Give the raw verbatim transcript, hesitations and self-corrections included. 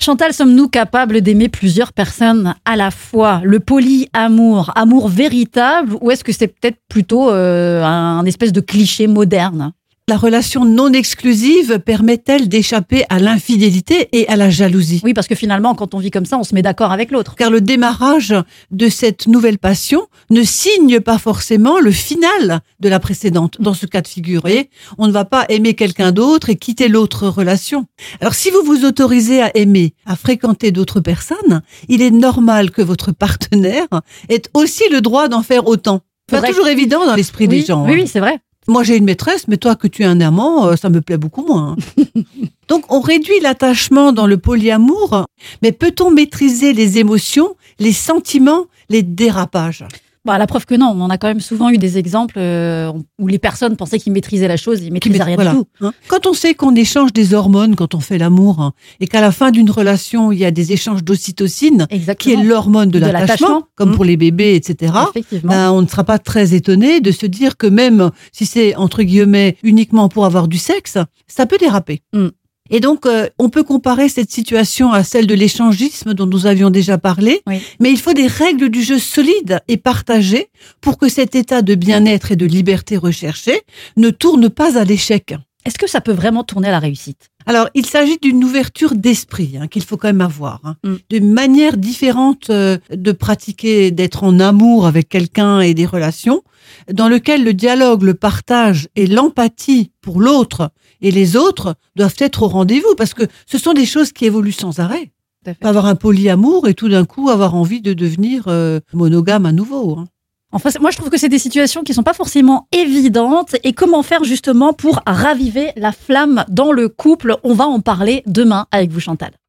Chantal, sommes-nous capables d'aimer plusieurs personnes à la fois? Le polyamour, amour véritable, ou est-ce que c'est peut-être plutôt euh, un espèce de cliché moderne? La relation non exclusive permet-elle d'échapper à l'infidélité et à la jalousie? Oui, parce que finalement, quand on vit comme ça, on se met d'accord avec l'autre. Car le démarrage de cette nouvelle passion ne signe pas forcément le final de la précédente. Dans ce cas de figure, vous voyez, on ne va pas aimer quelqu'un d'autre et quitter l'autre relation. Alors, si vous vous autorisez à aimer, à fréquenter d'autres personnes, il est normal que votre partenaire ait aussi le droit d'en faire autant. C'est pas toujours évident dans l'esprit oui, des gens. Oui, hein. oui, c'est vrai. Moi, j'ai une maîtresse, mais toi, que tu es un amant, ça me plaît beaucoup moins. Donc, on réduit l'attachement dans le polyamour, mais peut-on maîtriser les émotions, les sentiments, les dérapages? Bah, la preuve que non, on a quand même souvent eu des exemples euh, où les personnes pensaient qu'ils maîtrisaient la chose, ils maîtrisaient rien voilà. du tout. Hein. Quand on sait qu'on échange des hormones quand on fait l'amour, hein, et qu'à la fin d'une relation, il y a des échanges d'ocytocine, Exactement. qui est l'hormone de, De l'attachement, l'attachement. comme Mmh. pour les bébés, et cetera, Effectivement. ben, on ne sera pas très étonné de se dire que même si c'est, entre guillemets, uniquement pour avoir du sexe, ça peut déraper. Mmh. Et donc, euh, on peut comparer cette situation à celle de l'échangisme dont nous avions déjà parlé, Oui. mais il faut des règles du jeu solides et partagées pour que cet état de bien-être et de liberté recherché ne tourne pas à l'échec. Est-ce que ça peut vraiment tourner à la réussite? Alors, il s'agit d'une ouverture d'esprit hein, qu'il faut quand même avoir. Hein. Mm. D'une manière différente euh, de pratiquer, d'être en amour avec quelqu'un et des relations, dans lequel le dialogue, le partage et l'empathie pour l'autre et les autres doivent être au rendez-vous, parce que ce sont des choses qui évoluent sans arrêt. Avoir un polyamour et tout d'un coup avoir envie de devenir euh, monogame à nouveau. Hein. Enfin, moi, je trouve que c'est des situations qui sont pas forcément évidentes. Et comment faire justement pour raviver la flamme dans le couple? On va en parler demain avec vous, Chantal.